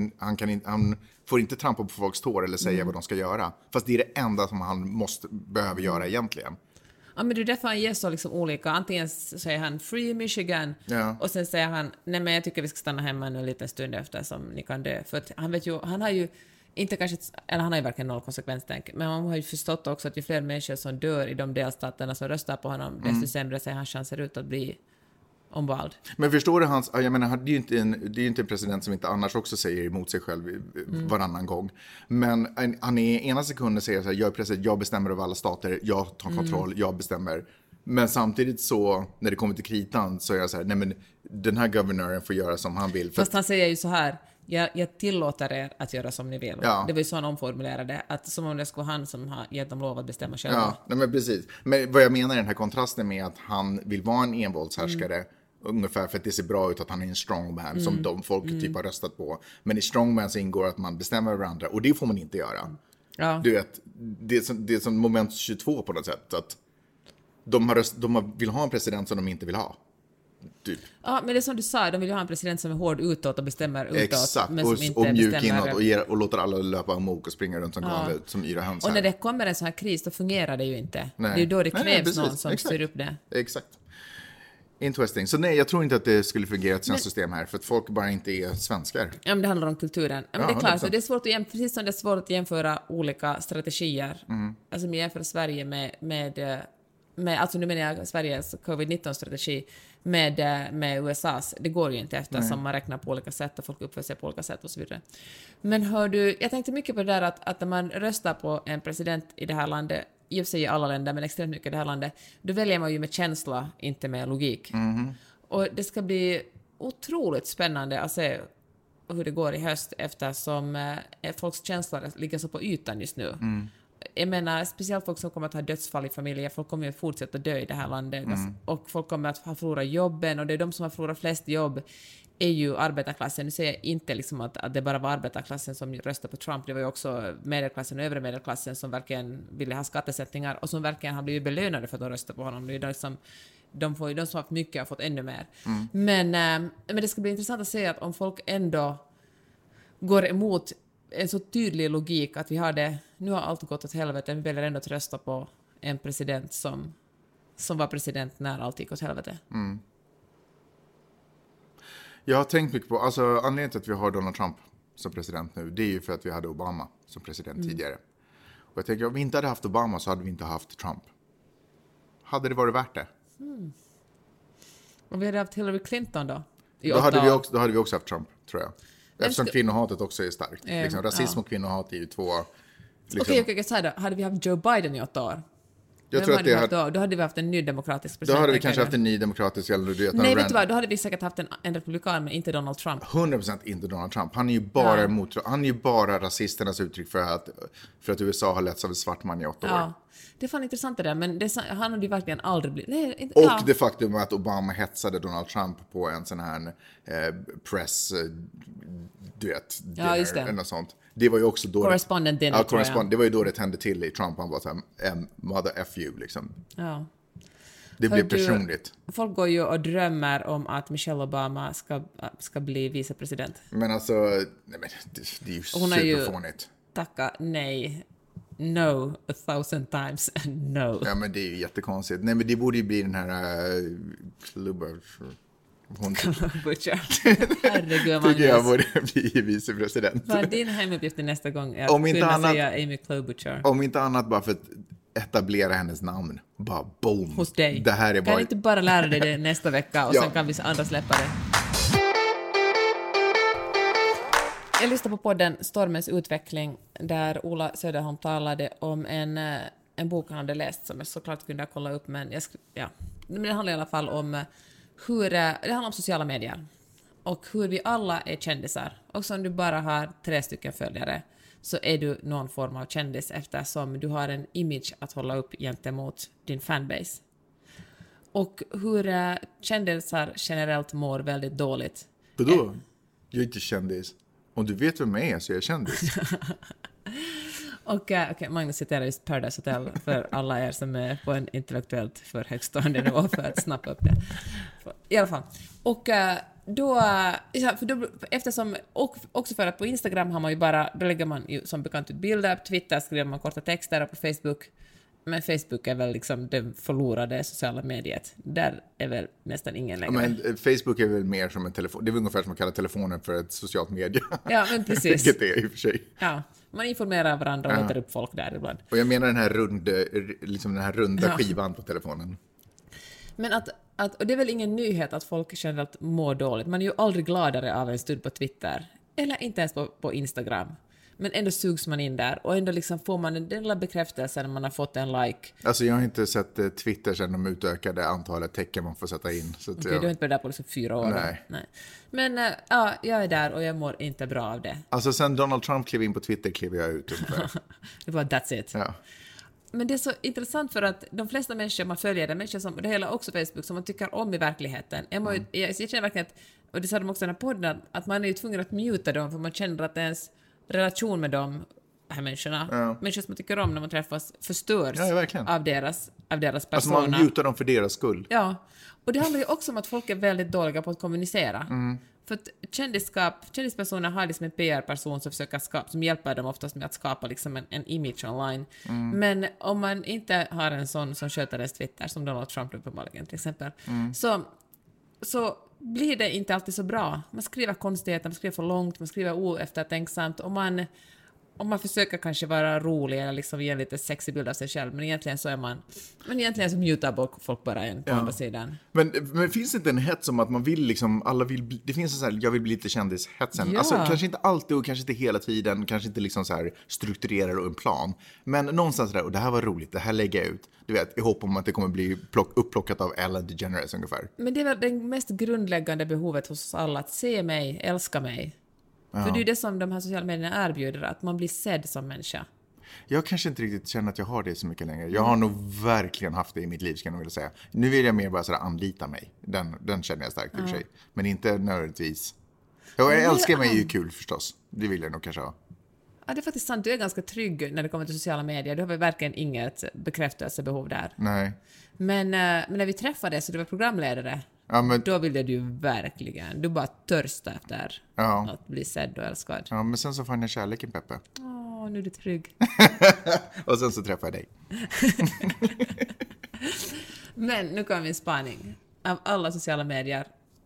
inte trampa på folks tår eller säga vad de ska göra. Fast det är det enda som han behöver göra egentligen. Ja, men det är därför han ger så liksom olika. Antingen säger han Free Michigan, och sen säger han nej, men jag tycker vi ska stanna hemma en liten stund efter som ni kan dö. För att han vet ju, han har ju inte kanske, eller han har ju verkligen noll konsekvenstänk, men man har ju förstått också att ju fler människor som dör i de delstaterna som röstar på honom, desto sämre ser hans chanser ut att bli omvald. Men förstår du jag menar, det är ju inte en president som inte annars också säger emot sig själv varannan gång. Men han är ena sekunden säger så här, jag är president, jag bestämmer över alla stater, jag tar kontroll, jag bestämmer. Men samtidigt så, när det kommer till kritan, så är jag så här, nej men den här guvernören får göra som han vill. Fast han säger ju så här, jag tillåter er att göra som ni vill. Ja. Det var ju så han omformulerade, att som om det skulle vara han som har gett dem lov att bestämma själva. Ja, nej men precis. Men vad jag menar är den här kontrasten med att han vill vara en envåldshärskare, ungefär för att det ser bra ut att han är en strongman som de folk typ har röstat på. Men i strongman så ingår att man bestämmer över andra, och det får man inte göra. Ja. Du vet, det är som moment 22 på något sätt, att de vill ha en president som de inte vill ha. Typ. Ja, men det är som du sa, de vill ju ha en president som är hård utåt och bestämmer utåt. Exakt, men som inte och mjuk bestämmer inåt och låter alla löpa amok och springa runt som galet, som yra höns. Och när det kommer en sån här kris, då fungerar det ju inte. Nej. Det är ju då det krävs precis, någon som styr upp det. Exakt. Interesting. Så nej, jag tror inte att det skulle fungera ett svenskt system här, för att folk bara inte är svenskar. Ja, men det handlar om kulturen. Ja, men det är klart, 100%. så det är svårt att precis som det är svårt att jämföra olika strategier. Alltså om jag jämför Sverige med alltså nu menar jag Sveriges covid-19-strategi med USAs. Det går ju inte eftersom man räknar på olika sätt och folk uppför sig på olika sätt och så vidare. Men hör du, jag tänkte mycket på det där att när man röstar på en president i det här landet, i och för sig i alla länder, men extremt mycket i det här landet, då väljer man ju med känsla, inte med logik. Och det ska bli otroligt spännande att se hur det går i höst, eftersom folks känslor ligger så på ytan just nu. Jag menar, speciellt folk som kommer att ha dödsfall i familjer, folk kommer att fortsätta dö i det här landet, och folk kommer att ha förlorat jobben, och det är de som har förlorat flest jobb är ju arbetarklassen. Nu säger jag inte liksom att det bara var arbetarklassen som röstade på Trump, det var ju också medelklassen och övre medelklassen som verkligen ville ha skattesättningar och som verkligen har blivit belönade för att de röstade på honom. Det är de som har haft mycket har fått ännu mer. Men det ska bli intressant att se att om folk ändå går emot en så tydlig logik att vi har det, nu har allt gått åt helvete, vi väljer ändå att rösta på en president som var president när allt gick åt helvete. Jag har tänkt mycket på, alltså anledningen till att vi har Donald Trump som president nu, det är ju för att vi hade Obama som president tidigare. Och jag tänker, om vi inte hade haft Obama så hade vi inte haft Trump. Hade det varit värt det? Och vi hade haft Hillary Clinton då? Då hade vi också haft Trump, tror jag. Eftersom kvinnohatet också är starkt. Liksom, rasism och kvinnohat är ju två... Liksom... Okej, så här då. Hade vi haft Joe Biden i 8 år? Jag tror att då hade vi haft en ny demokratisk president. Då hade vi kanske haft en ny demokratisk... Eller, du vet, nej, vet du vad? Då hade vi säkert haft en republikan, men inte Donald Trump. 100% inte Donald Trump. Han är ju bara emot... Han är ju bara rasisternas uttryck för att USA har letts av en svart man i 8 år. Det är fan intressant det där, men han hade ju verkligen aldrig blivit... Nej, och det faktum att Obama hetsade Donald Trump på en sån här press... du vet, dinner, just det. Eller något sånt. Det var ju också då... Correspondent dinner, det var ju då det tände till i Trump. Han var såhär, mother F you, liksom. Ja. Det blev personligt. Folk går ju och drömmer om att Michelle Obama ska bli vicepresident. Men alltså, nej, men det är ju superfånigt. Tacka nej. No, 1000 times no. Ja, men det är ju jättekonstigt. Nej, men det borde ju bli den här Klobuchar. Herregud, tycker jag borde bli vicepresident. Vad är din hemuppgift nästa gång? Säga Amy Klobuchar. Om inte annat bara för att etablera hennes namn. Bara boom. Hos dig. Det här är kan inte bara lära dig det nästa vecka och sen kan vi andra släppa det. Jag lyssnade på podden Stormens utveckling där Ola Söderholm talade om en bok han hade läst som jag såklart kunde kolla upp, men men det handlar i alla fall om det handlar om sociala medier och hur vi alla är kändisar. Och om du bara har 3 stycken följare så är du någon form av kändis eftersom du har en image att hålla upp gentemot din fanbase. Och hur kändisar generellt mår väldigt dåligt. Vadå? Jag är inte kändis. Om du vet vem jag är så är jag kändis. Och Magnus citerar just Paradise Hotel för alla er som är på en intellektuellt för högstående nivå för att snappa upp det. I alla fall. Och då eftersom också för att på Instagram har man ju bara, då lägger man ju som bekant ut bilder, på Twitter skriver man korta texter och på Facebook, men Facebook är väl liksom det förlorade sociala mediet. Där är väl nästan ingen längre. Men Facebook är väl mer som en telefon. Det är väl ungefär som att kalla telefonen för ett socialt medie. Ja, men precis. Vilket det är i och för sig. Ja, man informerar varandra och låter upp folk där ibland. Och jag menar den här runda skivan på telefonen. Men och det är väl ingen nyhet att folk generellt mår dåligt. Man är ju aldrig gladare av en stund på Twitter. Eller inte ens på Instagram. Men ändå sugs man in där. Och ändå liksom får man den lilla bekräftelsen när man har fått en like. Alltså jag har inte sett Twitter sedan de utökade antalet tecken man får sätta in. Så du har inte varit där på liksom 4 år. Nej. Men jag är där och jag mår inte bra av det. Alltså sen Donald Trump klev in på Twitter klev jag ut ungefär. Det var that's it. Ja. Men det är så intressant för att de flesta människor man följer, de människor som, det gäller också Facebook, som man tycker om i verkligheten. Jag känner verkligen att, och det sa de också i den här podden, att man är ju tvungen att muta dem för man känner att ens relation med de här människorna, människor som man tycker om när man träffas, förstörs av deras persona. Alltså man mutar dem för deras skull. Ja, och det handlar ju också om att folk är väldigt dåliga på att kommunicera. För att kändispersoner har liksom en PR-person som försöker som hjälper dem oftast med att skapa liksom en image online. Men om man inte har en sån som sköter ens Twitter, som Donald Trump uppenbarligen till exempel, så blir det inte alltid så bra. Man skriver konstigheter, man skriver för långt, man skriver oeftertänksamt, och man försöker kanske vara rolig eller liksom ge en lite sexig bild av sig själv, men egentligen så är egentligen så mutar folk bara en på andra sidan. Men finns det inte en hets om att man vill liksom, alla vill, det finns en så här, jag vill bli lite kändishetsen. Alltså kanske inte alltid och kanske inte hela tiden, kanske inte liksom så här strukturerad och en plan, men någonstans där, och det här var roligt, det här lägger jag ut, du vet, i hopp om att det kommer bli upplockat av Ellen DeGeneres ungefär. Men det är väl det mest grundläggande behovet hos oss alla, att se mig, älska mig. För det är ju det som de här sociala medierna erbjuder, att man blir sedd som människa. Jag kanske inte riktigt känner att jag har det så mycket längre. Jag har nog verkligen haft det i mitt liv, ska jag nog vilja säga. Nu vill jag mer bara sådär anlita mig. Den känner jag starkt i och för sig. Men inte nödvändigtvis. Jag älskar mig ju kul förstås. Det vill jag nog kanske ha. Ja, det är faktiskt sant. Du är ganska trygg när det kommer till sociala medier. Du har väl verkligen inget bekräftelsebehov där. Nej. Men när vi träffades så du var programledare. Ja, men då ville du verkligen. Du bara törstade efter att bli sedd och älskad. Ja, men sen så fann jag kärleken, Peppe. Nu är du trygg. Och sen så träffade jag dig. Men nu kommer min spaning. Av alla sociala medier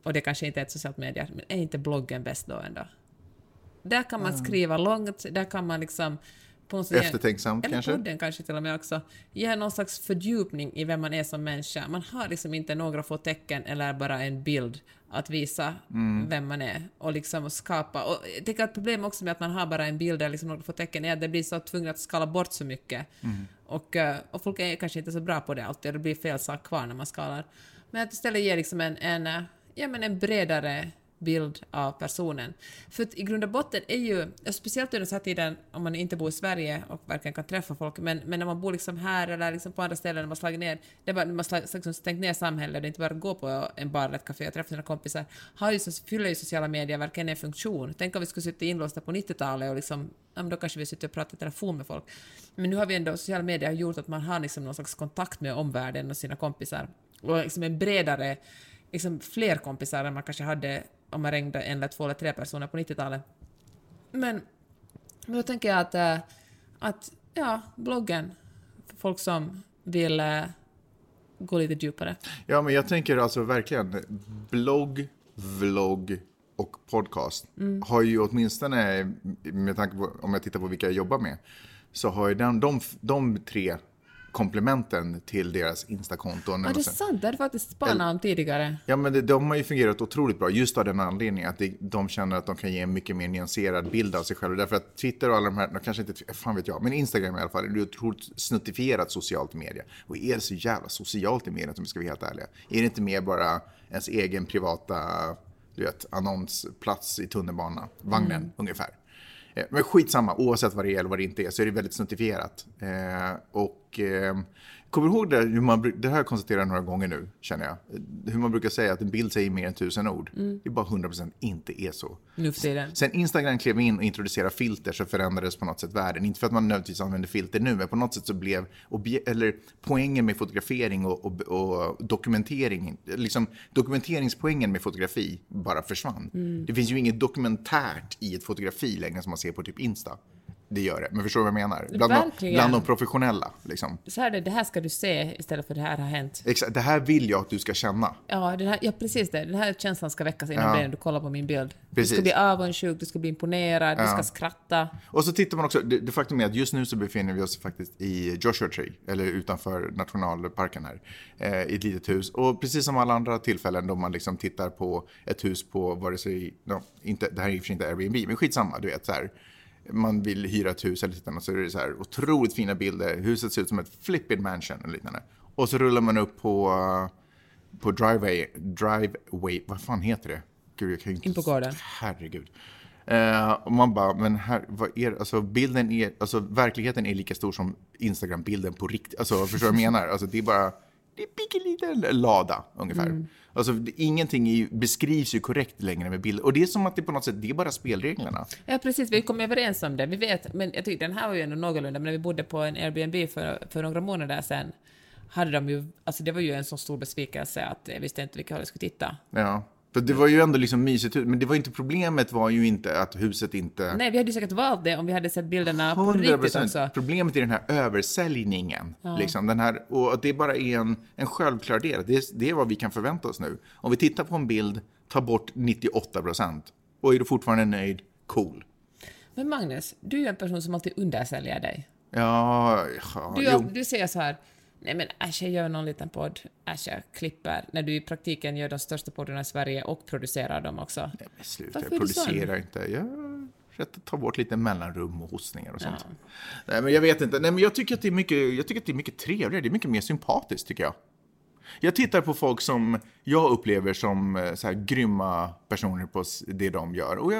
och det kanske inte är ett socialt media, men är inte bloggen bäst då ändå? Där kan man skriva långt, där kan man liksom på något sätt, eftertänksamt eller kanske? podden kanske till och med också, ge någon slags fördjupning i vem man är som människa. Man har liksom inte några få tecken eller bara en bild att visa vem man är och liksom skapa. Och jag tycker att problemet också med att man har bara en bild eller liksom några få tecken är att det blir så tvunget att skala bort så mycket. Och folk är kanske inte så bra på det alltid och det blir fel sak kvar när man skalar. Men att istället ge liksom en bredare bild av personen. För att i grund och botten är ju, speciellt under så här tiden om man inte bor i Sverige och verkligen kan träffa folk, men när man bor liksom här eller liksom på andra ställen när man slagit ner, det är bara, man liksom stängt ner samhället, det är inte bara att gå på en bar eller ett café och träffa sina kompisar, fyller ju sociala medier verkligen en funktion. Tänk om vi skulle sitta inlåsta på 90-talet och liksom, då kanske vi sitter och pratar i telefon med folk. Men nu har vi ändå, sociala medier har gjort att man har liksom någon slags kontakt med omvärlden och sina kompisar. Och liksom en bredare, liksom fler kompisar än man kanske hade om man ringde 1 eller 2 eller 3 personer på 90-talet. Men då tänker jag att bloggen för folk som vill gå lite djupare. Ja, men jag tänker alltså verkligen blogg, vlogg och podcast har ju åtminstone, med tanke på, om jag tittar på vilka jag jobbar med, så har ju de 3 komplementen till deras Insta-konton. Ja, det är sant. Det hade faktiskt spanat om tidigare. Ja, men de har ju fungerat otroligt bra just av den anledningen att de känner att de kan ge en mycket mer nyanserad bild av sig själva. Därför att Twitter och alla de här, de kanske inte, fan vet jag, men Instagram i alla fall, är ju otroligt snuttifierat socialt media. Och är det så jävla socialt i mediet om vi ska vara helt ärliga? Är det inte mer bara ens egen privata, annonsplats i tunnelbanevagnen ungefär? Men skitsamma, oavsett vad det är eller vad det inte är, så är det väldigt snuttifierat. Kommer du ihåg det, det här har jag konstaterat några gånger nu, känner jag. Hur man brukar säga att en bild säger mer än 1000 ord. Det är bara 100% inte är så. Nu för det. Sen Instagram klev in och introducerade filter så förändrades på något sätt världen. Inte för att man nödvändigtvis använder filter nu, men på något sätt så blev poängen med fotografering och dokumentering, liksom dokumenteringspoängen med fotografi bara försvann. Det finns ju inget dokumentärt i ett fotografi längre som man ser på typ Insta. Det gör det, men förstår du vad jag menar? Bland de professionella. Liksom. Så här det här ska du se istället för det här har hänt. Exakt, det här vill jag att du ska känna. Ja, precis det. Den här känslan ska väckas inom dig när du kollar på min bild. Precis. Du ska bli avundsjuk, du ska bli imponerad, du ska skratta. Och så tittar man också, det faktum är att just nu så befinner vi oss faktiskt i Joshua Tree, eller utanför nationalparken här, i ett litet hus. Och precis som alla andra tillfällen då man liksom tittar på ett hus på, vare sig, inte, det här är i och för sig inte Airbnb, men skitsamma, du vet så här. Man vill hyra ett hus eller titta, så är det så här otroligt fina bilder. Huset ser ut som ett flipped mansion eller liknande. Och så rullar man upp på driveway, vad fan heter det? Gud, jag kan ju inte. In på gården. Herregud. Och man bara, men här, vad är, alltså bilden är, alltså verkligheten är lika stor som Instagram-bilden på riktigt. Alltså, förstår du vad jag menar? Alltså det är bara, det är liten lada ungefär. Alltså ingenting beskrivs ju korrekt längre med bilder. Och det är som att det på något sätt, det är bara spelreglerna. Ja, precis. Vi kom överens om det. Vi vet, men jag tycker den här var ju ändå någorlunda. Men när vi bodde på en Airbnb för några månader sedan hade de ju, alltså det var ju en så stor besvikelse att jag visste inte vilka håll jag skulle titta. Ja. För det var ju ändå liksom mysigt, men det var inte problemet var ju inte att huset inte... Nej, vi hade ju säkert valt det om vi hade sett bilderna på riktigt också. Problemet är den här översäljningen. Ja. Liksom, den här, och att det bara är en självklar del. Det är vad vi kan förvänta oss nu. Om vi tittar på en bild, tar bort 98%. Och är du fortfarande nöjd, cool. Men Magnus, du är ju en person som alltid undersäljer dig. Ja du säger så här... Nej men jag gör någon liten podd, jag klipper, när du i praktiken gör de största poddarna i Sverige och producerar dem också. Nej men sluta, jag producerar inte. Jag tar bort lite mellanrum och hostningar och sånt. Ja. Nej men jag vet inte, nej men jag tycker att det är mycket trevligare, det är mycket mer sympatiskt tycker jag. Jag tittar på folk som jag upplever som så här grymma personer på det de gör. Och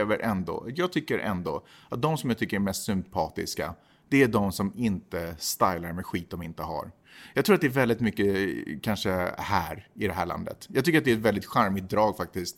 jag tycker ändå att de som jag tycker är mest sympatiska, det är de som inte stylar med skit de inte har. Jag tror att det är väldigt mycket kanske här i det här landet. Jag tycker att det är ett väldigt charmigt drag faktiskt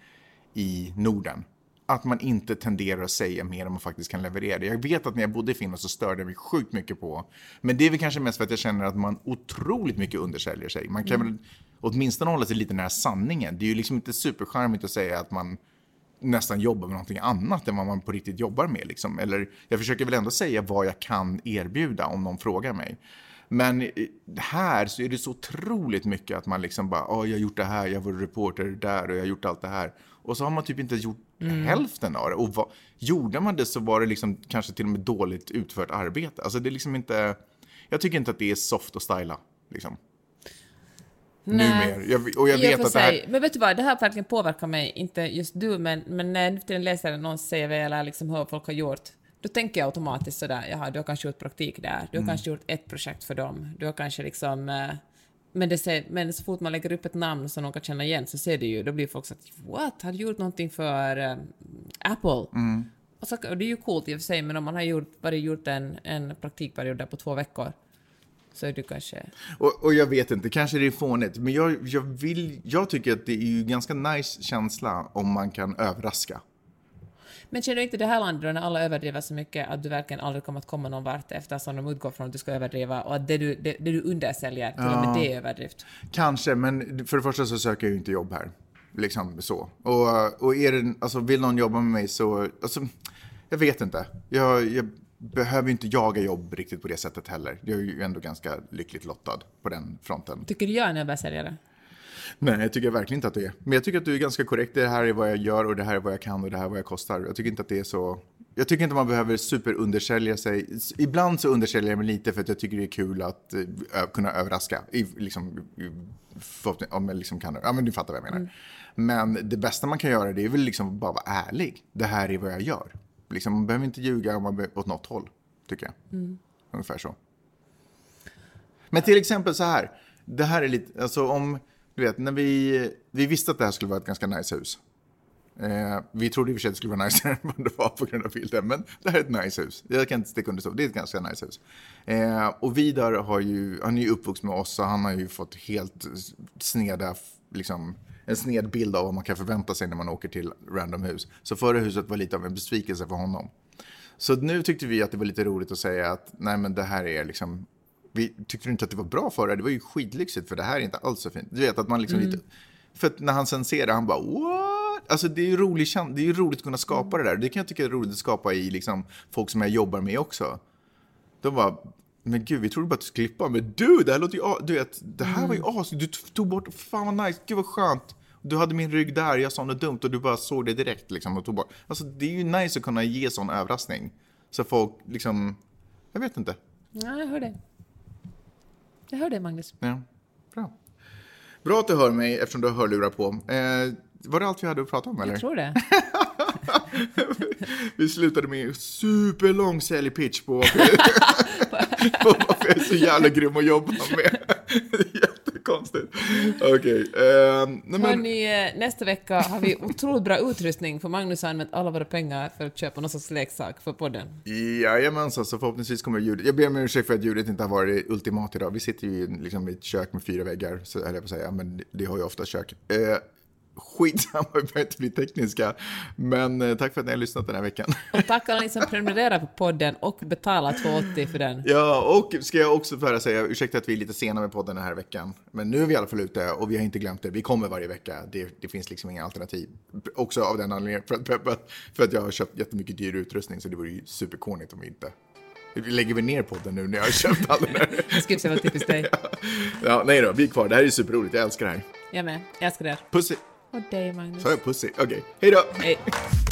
i Norden. Att man inte tenderar att säga mer än man faktiskt kan leverera. Jag vet att när jag bodde i Finland så störde jag mig sjukt mycket på. Men det är väl kanske mest för att jag känner att man otroligt mycket undersäljer sig. Man kan väl åtminstone hålla sig lite nära sanningen. Det är ju liksom inte supercharmigt att säga att man nästan jobbar med någonting annat än vad man på riktigt jobbar med. Liksom. Eller jag försöker väl ändå säga vad jag kan erbjuda om någon frågar mig. Men här så är det så otroligt mycket att man liksom bara, jag har gjort det här, jag var reporter där och jag har gjort allt det här. Och så har man typ inte gjort hälften av det. Och gjorde man det så var det liksom kanske till och med dåligt utfört arbete. Alltså det är liksom inte, jag tycker inte att det är soft och styla liksom. Numer. Jag vet att det här... Men vet du vad, det här verkligen påverkar mig, inte just du, men när jag till läser någon CV eller liksom hur folk har gjort, då tänker jag automatiskt sådär, jaha, du har kanske gjort praktik där, du har kanske gjort ett projekt för dem, du har kanske liksom... Men så fort man lägger upp ett namn som någon kan känna igen så ser det ju, då blir folk så att, what, har du gjort någonting för Apple? Och det är ju coolt i och för sig, men om man har gjort en praktikperiod där på 2 veckor, så är du kanske... Och jag vet inte, kanske det är fånigt, men jag tycker att det är ju ganska nice känsla om man kan överraska. Men känner du inte det här landet när alla överdriver så mycket att du verkligen aldrig kommer att komma någon vart eftersom de utgår från att du ska överdriva och att det du undersäljer, till och med det är överdrift? Kanske, men för det första så söker jag ju inte jobb här. Liksom så. Och är det, alltså, vill någon jobba med mig så... Alltså, jag vet inte. Jag behöver inte jaga jobb riktigt på det sättet heller. Jag är ju ändå ganska lyckligt lottad på den fronten. Tycker du jag är en översäljare? Nej, jag tycker verkligen inte att det är. Men jag tycker att du är ganska korrekt. Det här är vad jag gör och det här är vad jag kan och det här är vad jag kostar. Jag tycker inte att det är så... Jag tycker inte man behöver superundersälja sig. Ibland så undersäljer jag mig lite för att jag tycker det är kul att kunna överraska. Om jag liksom kan... Ja, men du fattar vad jag menar. Men det bästa man kan göra, det är väl liksom bara vara ärlig. Det här är vad jag gör. Liksom, man behöver inte ljuga åt något håll, tycker jag. Ungefär så. Men till exempel så här. Det här är lite... Alltså om... Du vet, när vi visste att det här skulle vara ett ganska nice hus. Vi trodde i och för sig att det skulle vara nice än vad det var på grund av bilden. Men det här är ett nice hus. Jag kan inte sticka under så. Det är ett ganska nice hus. Och Vidar han är ju uppvuxen med oss. Och han har ju fått helt en sned bild av vad man kan förvänta sig när man åker till random hus. Så förra huset var lite av en besvikelse för honom. Så nu tyckte vi att det var lite roligt att säga att nej, men det här är liksom... Vi tyckte inte att det var bra för det. Det var ju skitlyxigt, för det här är inte alls så fint. Du vet att man liksom lite... För att när han sen ser det, han bara, what? Alltså det är ju roligt att kunna skapa det där. Det kan jag tycka är roligt att skapa i liksom folk som jag jobbar med också. De bara, men gud, vi trodde bara att du skulle klippa. Men du, det här låter ju... Du vet, det här var ju du tog bort... Fan vad nice, gud vad skönt. Du hade min rygg där, jag sa något dumt och du bara såg det direkt liksom och tog bort. Alltså det är ju nice att kunna ge sån överraskning. Så folk liksom... Jag vet inte. Ja, jag hör det. Jag hör det, Magnus. Ja, bra. Bra att du hör mig eftersom du har hörlurar på. Var det allt vi hade att prata om, eller? Jag tror det. Vi slutade med en superlång säljpitch på varför jag är så jävla grym att jobba med. Jättekonstigt. Okej. Nästa vecka har vi otroligt bra utrustning, för Magnus har använt alla våra pengar för att köpa någon sorts leksak för podden. Jajamensan, så förhoppningsvis kommer ljudet. Jag ber om ursäkt för att ljudet inte har varit ultimat idag. Vi sitter ju liksom i ett kök med 4 väggar, så jag på säga, men det har ju ofta kök. Skitsamma, vi behöver inte bli tekniska. Men tack för att ni har lyssnat den här veckan. Och tack alla ni som prenumererar på podden och betalar 2,80 för den. Ja, och ska jag också för att säga, ursäkta att vi är lite sena med podden den här veckan. Men nu är vi i alla fall ute och vi har inte glömt det. Vi kommer varje vecka. Det finns liksom inga alternativ. Också av den anledningen för att jag har köpt jättemycket dyr utrustning, så det vore ju superkornigt om vi inte... Lägger vi ner podden nu när jag har köpt all den här? Det skulle vara typiskt dig. Ja, nej då, vi är kvar. Det här är superroligt. Jag älskar det här. Jag med. Jag älskar det. Pussy. Och dig, Magnus. Så jag pussy. Okej, hej då. Hej.